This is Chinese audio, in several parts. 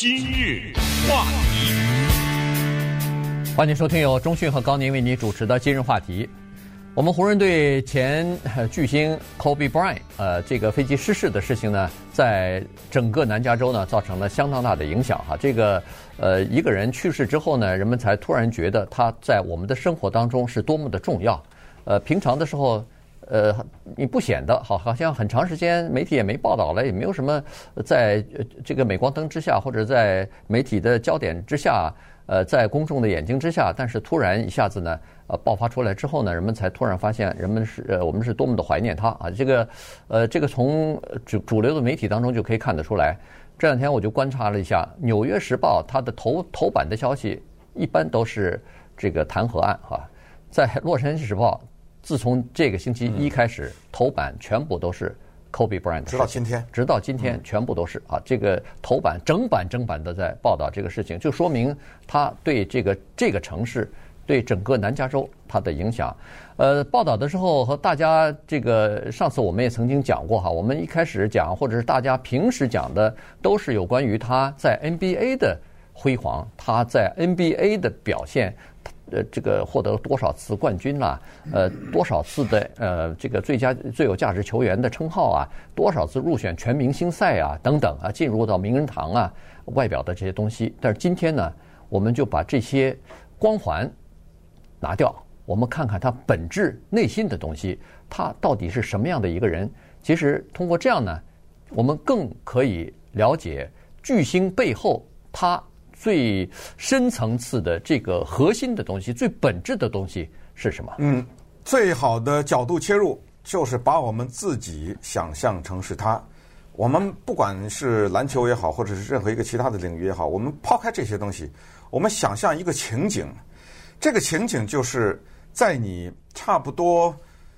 今日话题， 欢迎收听由钟迅和高宁为你主持的今日话题。我们湖人队前巨星 Kobe Bryant 这个飞机失事的事情呢，在整个南加州呢造成了相当大的影响哈。这个一个人去世之后呢，人们才突然觉得他在我们的生活当中是多么的重要。平常的时候你不显得好像很长时间媒体也没报道了，也没有什么在这个镁光灯之下或者在媒体的焦点之下，在公众的眼睛之下，但是突然一下子呢爆发出来之后呢，人们才突然发现我们是多么的怀念他啊。这个从主流的媒体当中就可以看得出来。这两天我就观察了一下《纽约时报》它的头版的消息一般都是这个弹劾案哈，在《洛杉矶时报》自从这个星期一开始，头版全部都是 Kobe Bryant， 直到今天全部都是啊。这个头版整版的在报道这个事情，就说明他对这个城市，对整个南加州它的影响。报道的时候和大家这个上次我们也曾经讲过哈，我们一开始讲或者是大家平时讲的都是有关于他在 NBA 的辉煌，他在 NBA 的表现。这个获得了多少次冠军啦？多少次的这个最有价值球员的称号啊？多少次入选全明星赛啊？等等啊，进入到名人堂啊，外表的这些东西。但是今天呢，我们就把这些光环拿掉，我们看看他本质内心的东西，他到底是什么样的一个人？其实通过这样呢，我们更可以了解巨星背后他最深层次的这个核心的东西，最本质的东西是什么？ 最好的角度切入就是把我们自己想象成是他。我们不管是篮球也好，或者是任何一个其他的领域也好，我们抛开这些东西，我们想象一个情景。这个情景就是在你差不多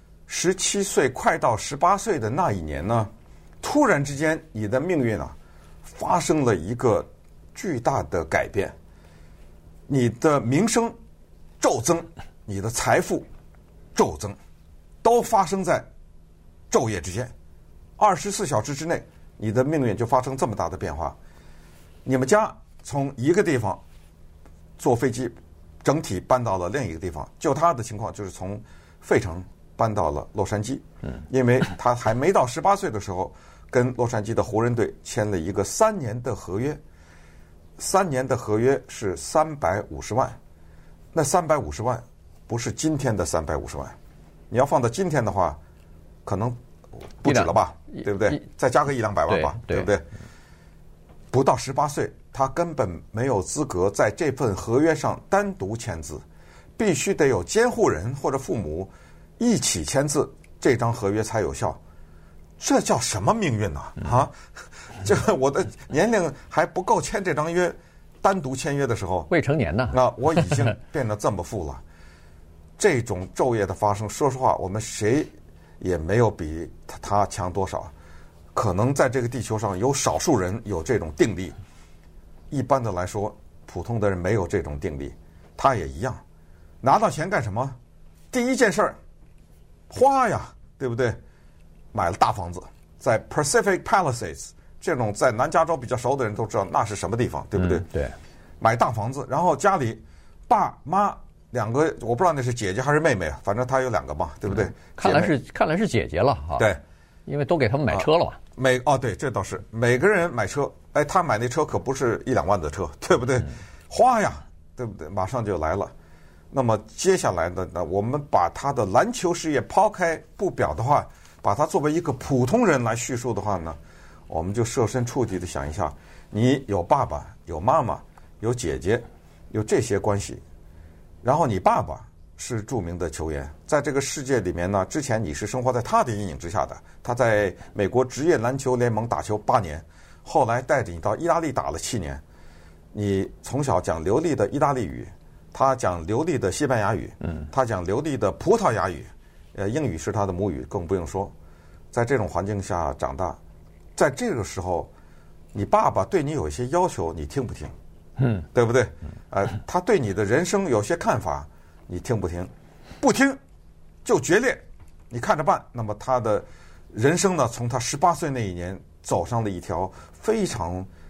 17岁快到18岁的那一年呢，突然之间你的命运啊发生了一个巨大的改变，你的名声骤增，你的财富骤增，都发生在昼夜之间。24小时之内，你的命运就发生这么大的变化。你们家从一个地方坐飞机整体搬到了另一个地方，就他的情况就是从费城搬到了洛杉矶。因为他还没到18岁的时候，跟洛杉矶的湖人队签了一个3年的合约。3年的合约是350万，那350万不是今天的350万，你要放到今天的话，可能不止了吧，对不对？再加个100-200万吧，对不对？不到18岁，他根本没有资格在这份合约上单独签字，必须得有监护人或者父母一起签字，这张合约才有效。这叫什么命运呢？啊！这我的年龄还不够签这张约，单独签约的时候， 未成年呢。 那我已经变得这么富了。这种昼夜的发生，说实话，我们谁也没有比他强多少。可能在这个地球上有少数人有这种定力，一般的来说，普通的人没有这种定力。他也一样，拿到钱干什么？第一件事儿，花呀，对不对？买了大房子，在 Pacific Palisades。这种在南加州比较熟的人都知道那是什么地方，对不对？ 对， 买大房子，然后家里爸妈2个，我不知道那是姐姐还是妹妹，反正他有2个嘛，对不对？ 看来是姐姐了哈。 对， 因为都给他们买车了嘛。 对，这倒是每个人买车，他买那车可不是1-2万的车，对不对？花呀，对不对？马上就来了。那么接下来呢，我们把他的篮球事业抛开不表的话，把他作为一个普通人来叙述的话呢，我们就设身处地的想一下，你有爸爸，有妈妈，有姐姐，有这些关系，然后你爸爸是著名的球员，在这个世界里面呢，之前你是生活在他的阴影之下的。他在美国职业篮球联盟打球8年，后来带着你到意大利打了7年。你从小讲流利的意大利语，他讲流利的西班牙语，他讲流利的葡萄牙语，英语是他的母语，更不用说。在这种环境下长大，在这个时候，你爸爸对你有一些要求，你听不听？对不对？他对你的人生有些看法，你听不听？不听就决裂，你看着办。那么他的人生呢，从他18岁那一年走上了一条非常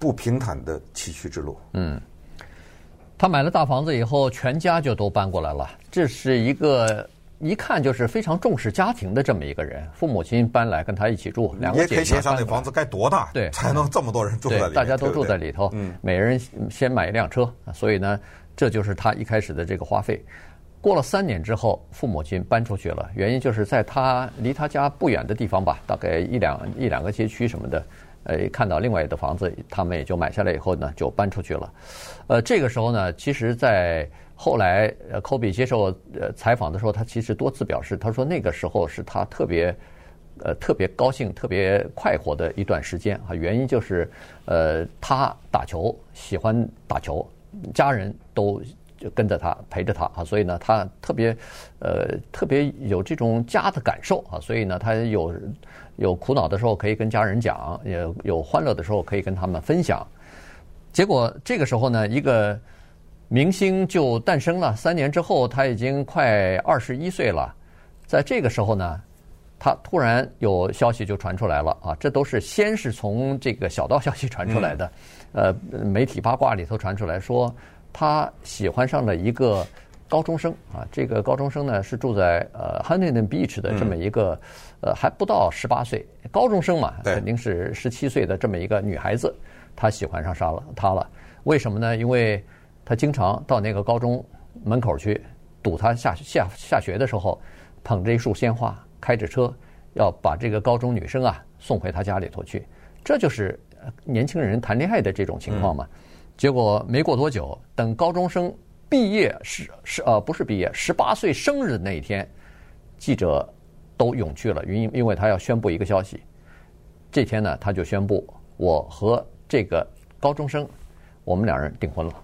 不平坦的崎岖之路。 他买了大房子以后，全家就都搬过来了。这是一个一看就是非常重视家庭的这么一个人。父母亲搬来跟他一起住，两个姐姐。 你也可以想象那房子该多大， 对， 才能这么多人住在里面。 大家都住在里头，每人先买一辆车，所以呢，这就是他一开始的这个花费。过了3年之后，父母亲搬出去了，原因就是在他离他家不远的地方吧，大概一两个街区什么的。看到另外的房子，他们也就买下来以后呢，就搬出去了。这个时候呢，其实，在后来科比接受采访的时候，他其实多次表示，他说那个时候是他特别高兴、特别快活的一段时间啊。原因就是他打球，喜欢打球，家人都跟着他陪着他啊，所以呢，他特别有这种家的感受啊，所以呢，他有苦恼的时候可以跟家人讲，也有欢乐的时候可以跟他们分享。结果这个时候呢，一个明星就诞生了。3年之后，他已经快21岁了。在这个时候呢，他突然有消息就传出来了啊，这都是先是从这个小道消息传出来的，媒体八卦里头传出来说。他喜欢上了一个高中生啊，这个高中生呢是住在Huntington Beach 的这么一个还不到18岁高中生嘛，肯定是17岁的这么一个女孩子，他喜欢上她了。为什么呢？因为他经常到那个高中门口去堵他下学的时候，捧着一束鲜花，开着车要把这个高中女生啊送回他家里头去。这就是年轻人谈恋爱的这种情况嘛。结果没过多久，等高中生毕业不是毕业，18岁生日的那一天，记者都涌去了，因为他要宣布一个消息。这天呢，他就宣布我和这个高中生，我们2人订婚了。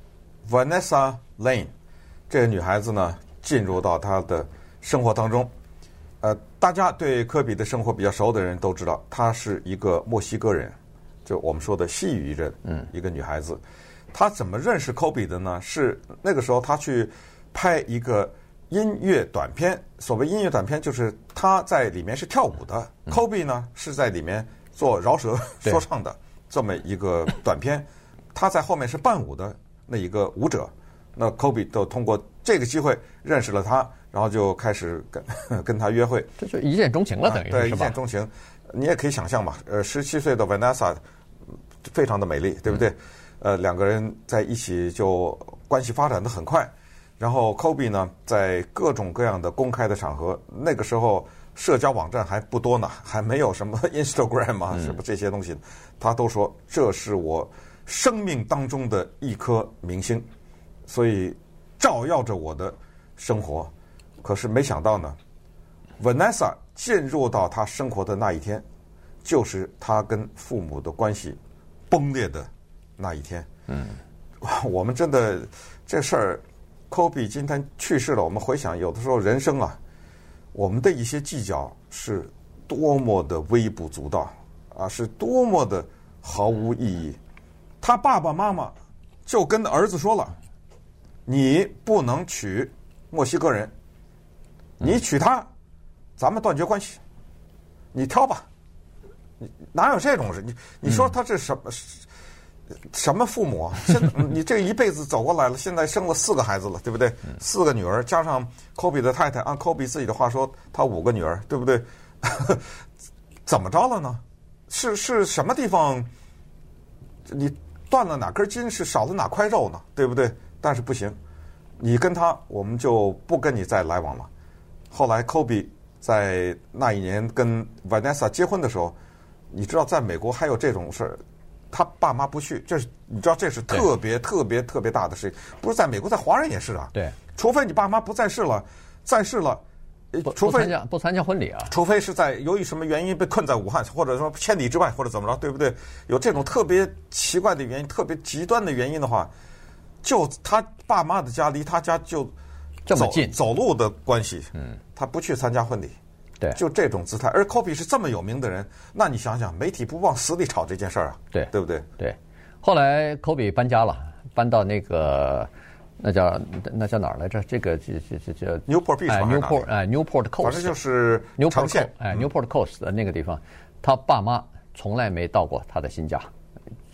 Vanessa Lane 这个女孩子呢，进入到她的生活当中。大家对科比的生活比较熟的人都知道，她是一个墨西哥人。就我们说的西语人，一个女孩子，她怎么认识科比的呢？是那个时候她去拍一个音乐短片，所谓音乐短片就是她在里面是跳舞的，科比呢是在里面做饶舌说唱的这么一个短片，她在后面是伴舞的那一个舞者。那科比都通过这个机会认识了她，然后就开始跟她约会， 这就一见钟情了，等于是吧？ 对，一见钟情。你也可以想象嘛，17岁的 Vanessa。非常的美丽，对不对？2个人在一起就关系发展的很快。然后 Kobe 呢，在各种各样的公开的场合，那个时候社交网站还不多呢，还没有什么 Instagram 啊，什么这些东西，他都说这是我生命当中的一颗明星，所以照耀着我的生活。可是没想到呢 ，Vanessa 进入到他生活的那一天，就是他跟父母的关系崩裂的那一天。我们真的这事儿，科比今天去世了，我们回想有的时候人生啊，我们的一些计较是多么的微不足道啊，是多么的毫无意义。他爸爸妈妈就跟儿子说了，你不能娶墨西哥人，你娶她，咱们断绝关系，你挑吧。哪有这种事？你说他这什么父母啊？你这一辈子走过来了，现在生了4个孩子了，对不对？4个女儿，加上科比的太太，按科比自己的话说，他5个女儿，对不对？怎么着了呢？是什么地方？你断了哪根筋，是少了哪块肉呢？对不对？但是不行，你跟他，我们就不跟你再来往了。后来科比在那一年跟 Vanessa 结婚的时候。你知道，在美国还有这种事儿，他爸妈不去，你知道这是特别大的事情。不是在美国，在华人也是啊。 对， 除非你爸妈不在世了，除非不参加婚礼啊， 除非是在由于什么原因被困在武汉，或者说千里之外，或者怎么着，对不对？有这种特别奇怪的原因、特别极端的原因的话，就他爸妈的家离他家就这么近， 走路的关系，他不去参加婚礼。 对， 就这种姿态。而科比是这么有名的人，那你想想，媒体不往死里炒这件事儿啊？ 对， 对不对？ 对。后来科比搬家了，搬到那个那叫哪儿来着？这个叫 Newport Beach，Newport Coast， 反正就是 Newport Coast，Newport Coast 的那个地方，他爸妈从来没到过他的新家，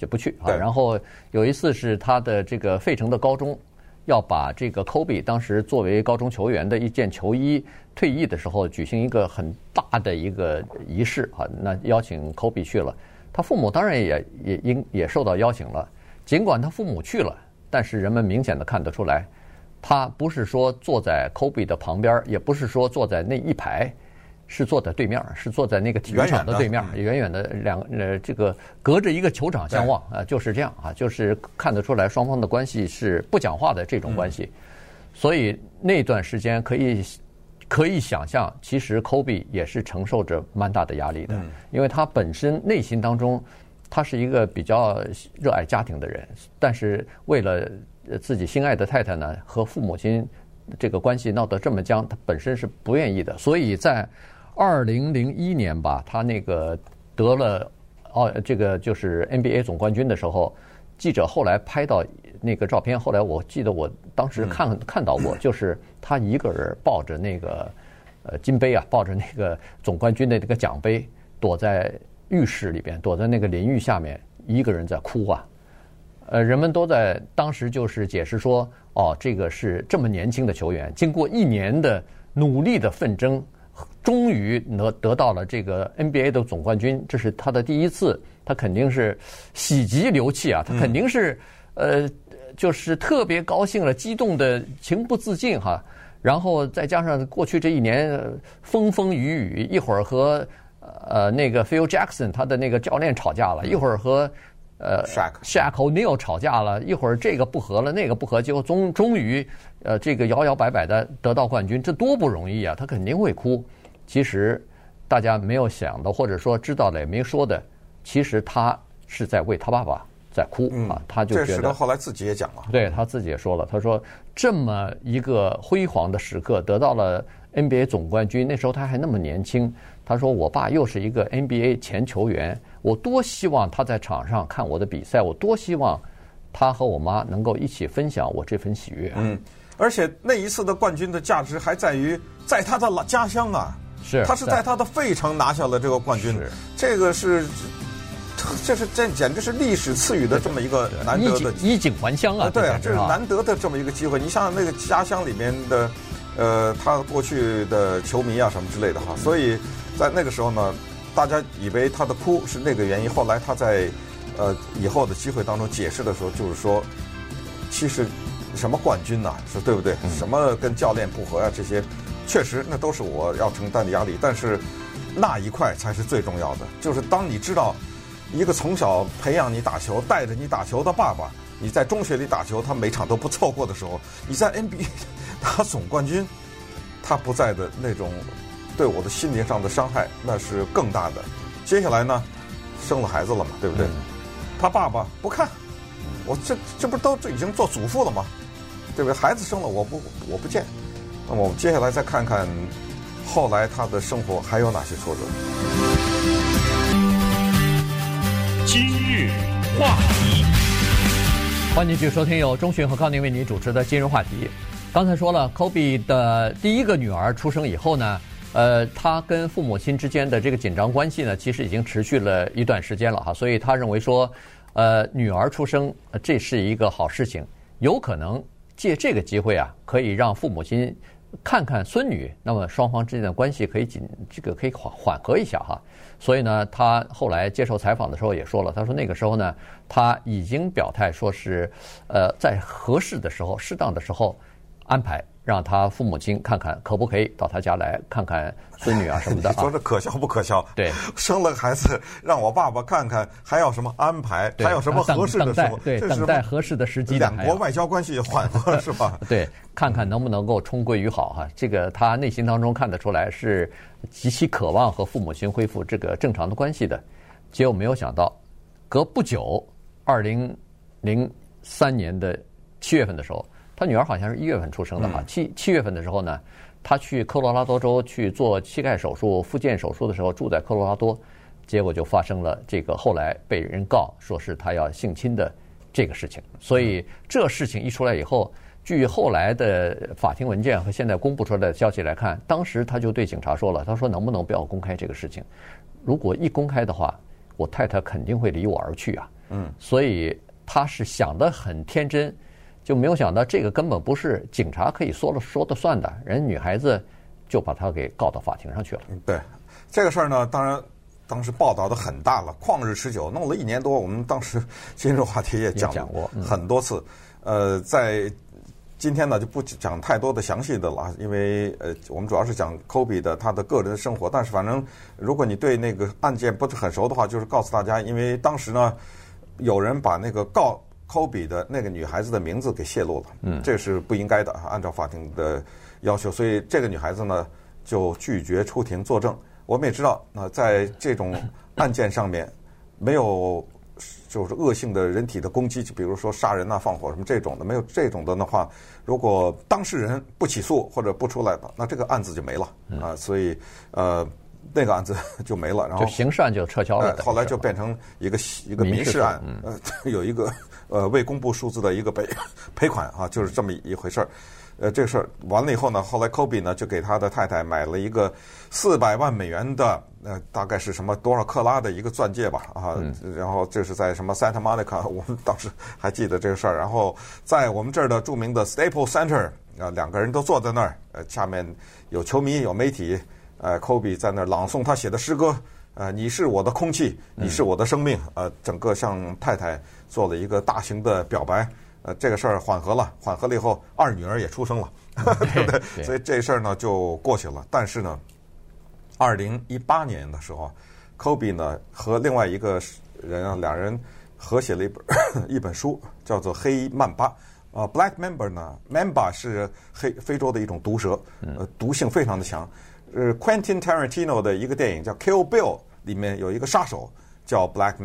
就不去啊。然后有一次是他的这个费城的高中要把这个 Kobe 当时作为高中球员的一件球衣退役的时候举行一个很大的一个仪式啊，那邀请 Kobe 去了，他父母当然也受到邀请了。尽管他父母去了，但是人们明显的看得出来，他不是说坐在 Kobe 的旁边，也不是说坐在那一排，是坐在对面，是坐在那个体育场的对面，远远的这个隔着一个球场相望啊，就是这样啊，就是看得出来双方的关系是不讲话的这种关系，所以那段时间可以想象，其实 Kobe 也是承受着蛮大的压力的，因为他本身内心当中。他是一个比较热爱家庭的人，但是为了自己心爱的太太呢，和父母亲这个关系闹得这么僵，他本身是不愿意的。所以在2001年吧，他那个得了这个就是 NBA 总冠军的时候，记者后来拍到那个照片，后来我记得我当时看到过，就是他一个人抱着那个金杯啊，抱着那个总冠军的这个奖杯，躲在浴室里边，躲在那个淋浴下面，一个人在哭啊。人们都在当时就是解释说，这个是这么年轻的球员，经过1年的努力的奋争，终于得到了这个 NBA 的总冠军，这是他的第一次，他肯定是喜极流泣啊，他肯定是就是特别高兴了，激动的情不自禁哈。然后再加上过去这1年风风雨雨，一会儿和那个 Phil Jackson 他的那个教练吵架了，一会儿和Shaq O'Neal 吵架了，一会儿这个不和了，那个不和，结果终于这个摇摇摆摆的得到冠军，这多不容易啊！他肯定会哭。其实大家没有想到，或者说知道了也没说的，其实他是在为他爸爸在哭啊，他就觉得。 这使得后来自己也讲了， 对他自己也说了，他说这么一个辉煌的时刻，得到了 NBA 总冠军，那时候他还那么年轻。他说我爸又是一个 NBA 前球员，我多希望他在场上看我的比赛，我多希望他和我妈能够一起分享我这份喜悦。 而且那一次的冠军的价值还在于在他的家乡啊，他是在他的费城拿下了这个冠军，这个这简直是历史赐予的这么一个难得的衣锦还乡啊！ 对啊，这是难得的这么一个机会。你像那个家乡里面的他过去的球迷啊什么之类的哈，所以在那个时候呢，大家以为他的哭是那个原因。后来他在以后的机会当中解释的时候，就是说，其实什么冠军呐，是对不对？什么跟教练不和啊，这些确实那都是我要承担的压力。但是那一块才是最重要的，就是当你知道一个从小培养你打球、带着你打球的爸爸，你在中学里打球，他每场都不错过的时候，你在 NBA 打总冠军，他不在的那种对我的心灵上的伤害，那是更大的。接下来呢，生了孩子了嘛，对不对？他爸爸不看，我这不都已经做祖父了吗？对不对？孩子生了我不见。那么我们接下来再看看后来他的生活还有哪些挫折。 今日话题， 欢迎继续收听由钟迅和高宁为你主持的今日话题。刚才说了 ，Kobe 的第一个女儿出生以后呢，他跟父母亲之间的这个紧张关系呢，其实已经持续了一段时间了哈，所以他认为说，女儿出生这是一个好事情，有可能借这个机会啊，可以让父母亲看看孙女，那么双方之间的关系可以可以缓和一下哈。所以呢，他后来接受采访的时候也说了，他说那个时候呢，他已经表态说是，在合适的时候、适当的时候安排让他父母亲看看可不可以到他家来看看孙女啊什么的。 你说这可笑不可笑？ 对， 生了孩子让我爸爸看看，还要什么安排？还有什么合适的时候？ 对，等待合适的时机。 两国外交关系缓和是吧？ 对，看看能不能够重归于好哈。这个他内心当中看得出来是极其渴望和父母亲恢复这个正常的关系的。结果没有想到，隔不久，2003年的7月份的时候。他女儿好像是1月份出生的哈，7月份的时候呢，他去科罗拉多州去做膝盖手术、复健手术的时候，住在科罗拉多，结果就发生了这个后来被人告说是他要性侵的这个事情。所以这事情一出来以后，据后来的法庭文件和现在公布出来的消息来看，当时他就对警察说了，他说能不能不要公开这个事情？如果一公开的话，我太太肯定会离我而去啊。 所以他是想得很天真，就没有想到这个根本不是警察可以说的算的，人女孩子就把他给告到法庭上去了。 对，这个事儿呢，当时报道的很大了，旷日持久，弄了1年多。我们当时今日话题也讲过很多次。在今天呢就不讲太多的详细的了，因为我们主要是讲 Kobe 的他的个人生活。但是反正如果你对那个案件不是很熟的话，就是告诉大家，因为当时呢有人把那个告 Kobe 的那个女孩子的名字给泄露了，这是不应该的，按照法庭的要求，所以这个女孩子呢就拒绝出庭作证。我们也知道，在这种案件上面，没有就是恶性的人体的攻击，就比如说杀人啊、放火什么这种的，没有这种的话，如果当事人不起诉或者不出来，那这个案子就没了啊。所以那个案子就没了，然后就刑事案就撤销了。 后来就变成一个民事案，有一个未公布数字的一个赔款啊，就是这么一回事儿。这个事儿完了以后呢，后来 Kobe 呢就给他的太太买了一个400万美元的大概是什么多少克拉的一个钻戒吧啊，然后这是在什么 Santa Monica， 我们当时还记得这个事儿。然后在我们这儿的著名的 Staples Center 2个人都坐在那儿，下面有球迷有媒体，Kobe 在那儿朗诵他写的诗歌，你是我的空气，你是我的生命，整个向太太做了一个大型的表白。这个事儿缓和了以后，2女儿也出生了，对不对？所以这事儿呢就过去了。但是呢，2018年的时候 ，Kobe 呢和另外一个人2人合写了一本书，叫做《黑曼巴》。Black Mamba 呢 ，Mamba 是非洲的一种毒蛇，毒性非常的强。Quentin Tarantino 的一个电影叫《Kill Bill》，里面有一个杀手叫 Black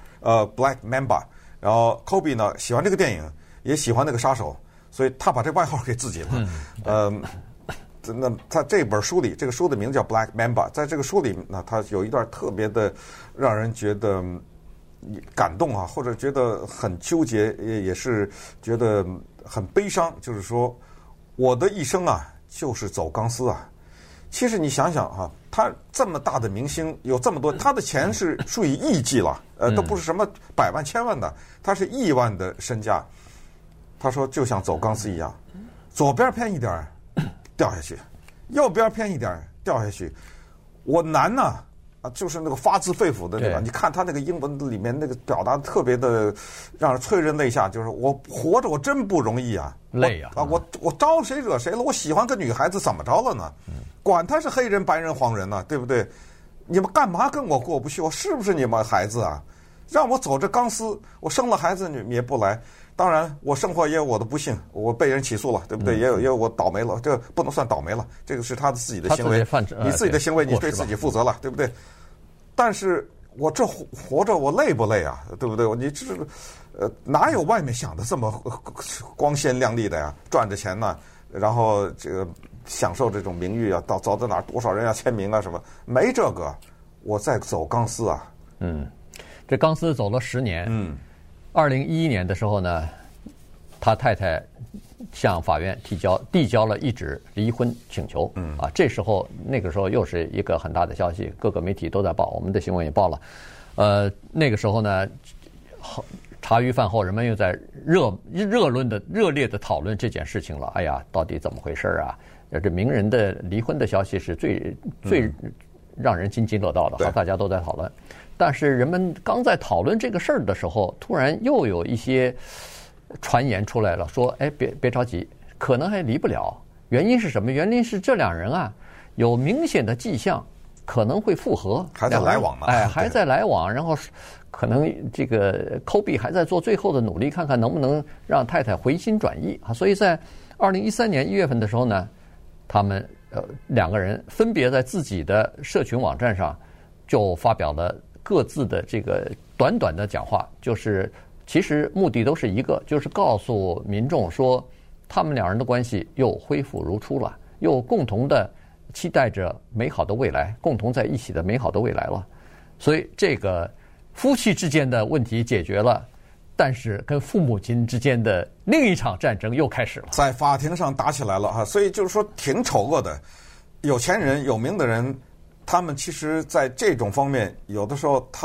Mamba。然后 Kobe 呢喜欢这个电影。也喜欢那个杀手，所以他把这外号给自己了。那他这本书里，这个书的名字叫《Black Mamba》。在这个书里呢，他有一段特别的让人觉得感动啊，或者觉得很纠结，也是觉得很悲伤。就是说，我的一生啊，就是走钢丝啊。其实你想想啊，他这么大的明星，有这么多，他的钱是数以亿计了，都不是什么百万、千万的，他是亿万的身价。他说就像走钢丝一样，左边偏一点掉下去，右边偏一点掉下去。我难呐就是那个发自肺腑的那个。你看他那个英文里面那个表达特别的让人催人泪下，就是我活着我真不容易啊， 累啊！ 我招谁惹谁了？我喜欢个女孩子怎么着了呢？管他是黑人、白人、黄人呢，对不对？你们干嘛跟我过不去？我是不是你们孩子啊？让我走这钢丝，我生了孩子你们也不来。当然，我生活也有我的不幸，我被人起诉了，对不对？也有我倒霉了，这不能算倒霉了，这个是他自己的行为，你自己的行为你对自己负责了，对不对？但是我这活着我累不累啊？对不对？你这哪有外面想的这么光鲜亮丽的呀？赚着钱呢，然后这个享受这种名誉啊，走到哪多少人要签名啊什么？没这个，我在走钢丝啊。 这钢丝走了10年。2011年的时候呢，他太太向法院递交了一纸离婚请求。这时候那个时候又是一个很大的消息，各个媒体都在报，我们的新闻也报了。那个时候呢，茶余饭后人们又在热烈的讨论这件事情了。哎呀，到底怎么回事啊？这名人的离婚的消息是最让人津津乐道的，好，大家都在讨论。但是人们刚在讨论这个事儿的时候，突然又有一些传言出来了，说：“哎，别着急，可能还离不了。原因是什么？原因是这2人啊，有明显的迹象，可能会复合， 还在来往呢。 还在来往。然后可能这个 Kobe 还在做最后的努力，看看能不能让太太回心转意啊。所以在2013年1月份的时候呢，他们2个人分别在自己的社群网站上就发表了各自的这个短短的讲话，就是其实目的都是一个，就是告诉民众说，他们2人的关系又恢复如初了，又共同的期待着美好的未来，共同在一起的美好的未来了。所以这个夫妻之间的问题解决了，但是跟父母亲之间的另一场战争又开始了， 在法庭上打起来了哈。所以就是说挺丑恶的，有钱人有名的人，他们其实在这种方面有的时候他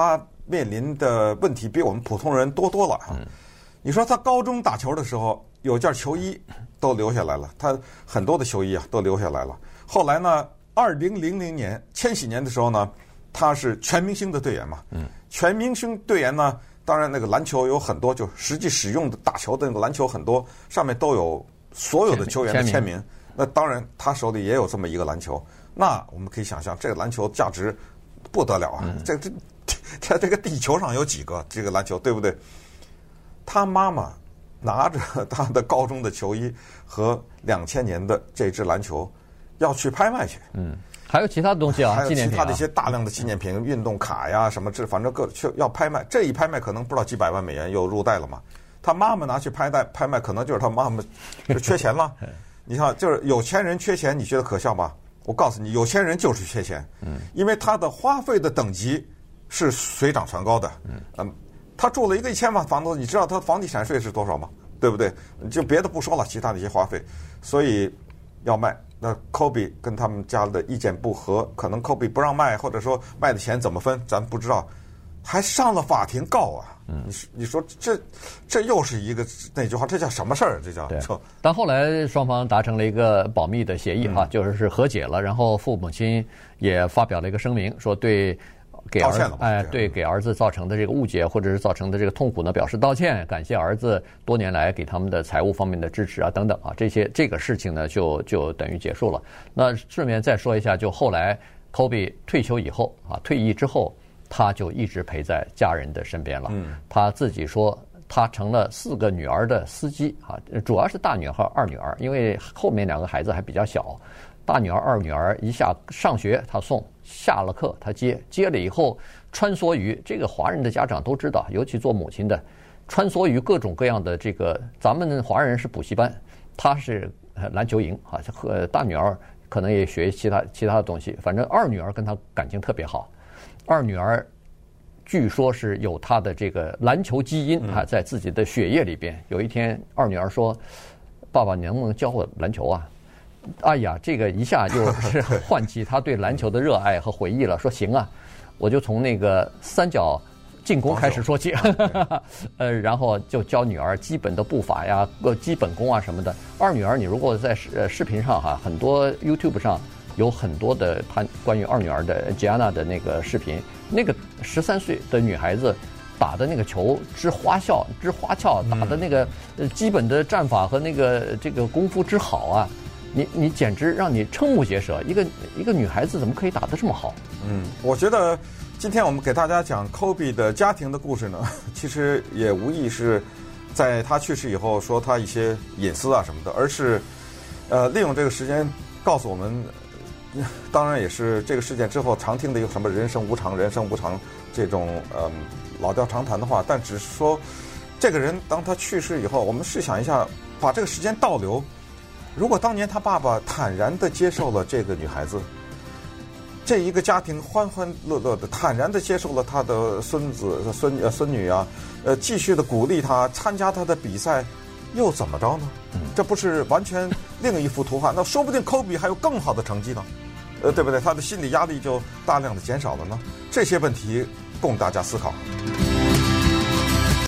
面临的问题比我们普通人多多了啊。你说他高中打球的时候有件球衣都留下来了，他很多的球衣啊都留下来了。后来呢，2000年千禧年的时候呢，他是全明星的队员嘛。全明星队员呢，当然那个篮球有很多，就实际使用的打球的那个篮球很多，上面都有所有的球员的签名。那当然他手里也有这么一个篮球。那我们可以想象，这个篮球价值不得了啊！在这个地球上有几个这个篮球，对不对？他妈妈拿着他的高中的球衣和2000年的这支篮球要去拍卖去。 还有其他的东西啊， 还有其他的一些大量的纪念品、运动卡呀什么，反正要拍卖。这一拍卖可能不知道几百万美元又入袋了嘛。他妈妈拿去拍卖，可能就是他妈妈就缺钱了。你看，就是有钱人缺钱，你觉得可笑吗？我告诉你，有钱人就是缺钱。因为他的花费的等级是水涨船高的。他住了一个1000万房子，你知道他房地产税是多少吗？对不对？就别的不说了，其他的一些花费，所以要卖。那 Kobe 跟他们家的意见不合，可能 Kobe 不让卖，或者说卖的钱怎么分，咱不知道，还上了法庭告啊。你说这又是一个那句话，这叫什么事儿？这叫对。 但后来双方达成了一个保密的协议啊，就是和解了，然后父母亲也发表了一个声明，说对给儿子给儿子造成的这个误解或者是造成的这个痛苦呢表示道歉，感谢儿子多年来给他们的财务方面的支持啊等等啊，这个事情呢就等于结束了。那顺便再说一下，就后来 Kobe 退休以后啊，退役之后，他就一直陪在家人的身边了。他自己说他成了4个女儿的司机啊，主要是大女儿和二女儿，因为后面2个孩子还比较小。大女儿、二女儿一下上学他送，下了课他接了以后穿梭于这个华人的家长都知道，尤其做母亲的，穿梭于各种各样的这个，咱们华人是补习班，他是篮球营啊。和大女儿可能也学其他的东西，反正二女儿跟他感情特别好。二女儿据说是有她的这个篮球基因啊，在自己的血液里边。有一天，二女儿说：“爸爸，你能不能教我篮球啊？”哎呀，这个一下就是唤起他对篮球的热爱和回忆了。说行啊，我就从那个3角进攻开始说起，然后就教女儿基本的步伐呀、基本功啊什么的。二女儿，你如果在视频上哈，很多 YouTube 上有很多的关于二女儿的 Gianna 的那个视频，那个13岁的女孩子打的那个球之花俏，打的那个基本的战法和那个这个功夫之好啊。你简直让你瞠目结舌，一个女孩子怎么可以打得这么好？ 我觉得今天我们给大家讲 Kobe 的家庭的故事呢，其实也无疑是在他去世以后说他一些隐私啊什么的，而是利用这个时间告诉我们，当然也是这个事件之后常听的一个什么人生无常这种老调常谈的话，但只是说这个人当他去世以后，我们试想一下，把这个时间倒流。如果当年他爸爸坦然地接受了这个女孩子，这一个家庭欢欢乐乐的坦然地接受了他的孙子、孙女啊，继续的鼓励他参加他的比赛，又怎么着呢？这不是完全另一幅图画？那说不定科比还有更好的成绩呢，对不对？他的心理压力就大量的减少了呢。这些问题供大家思考。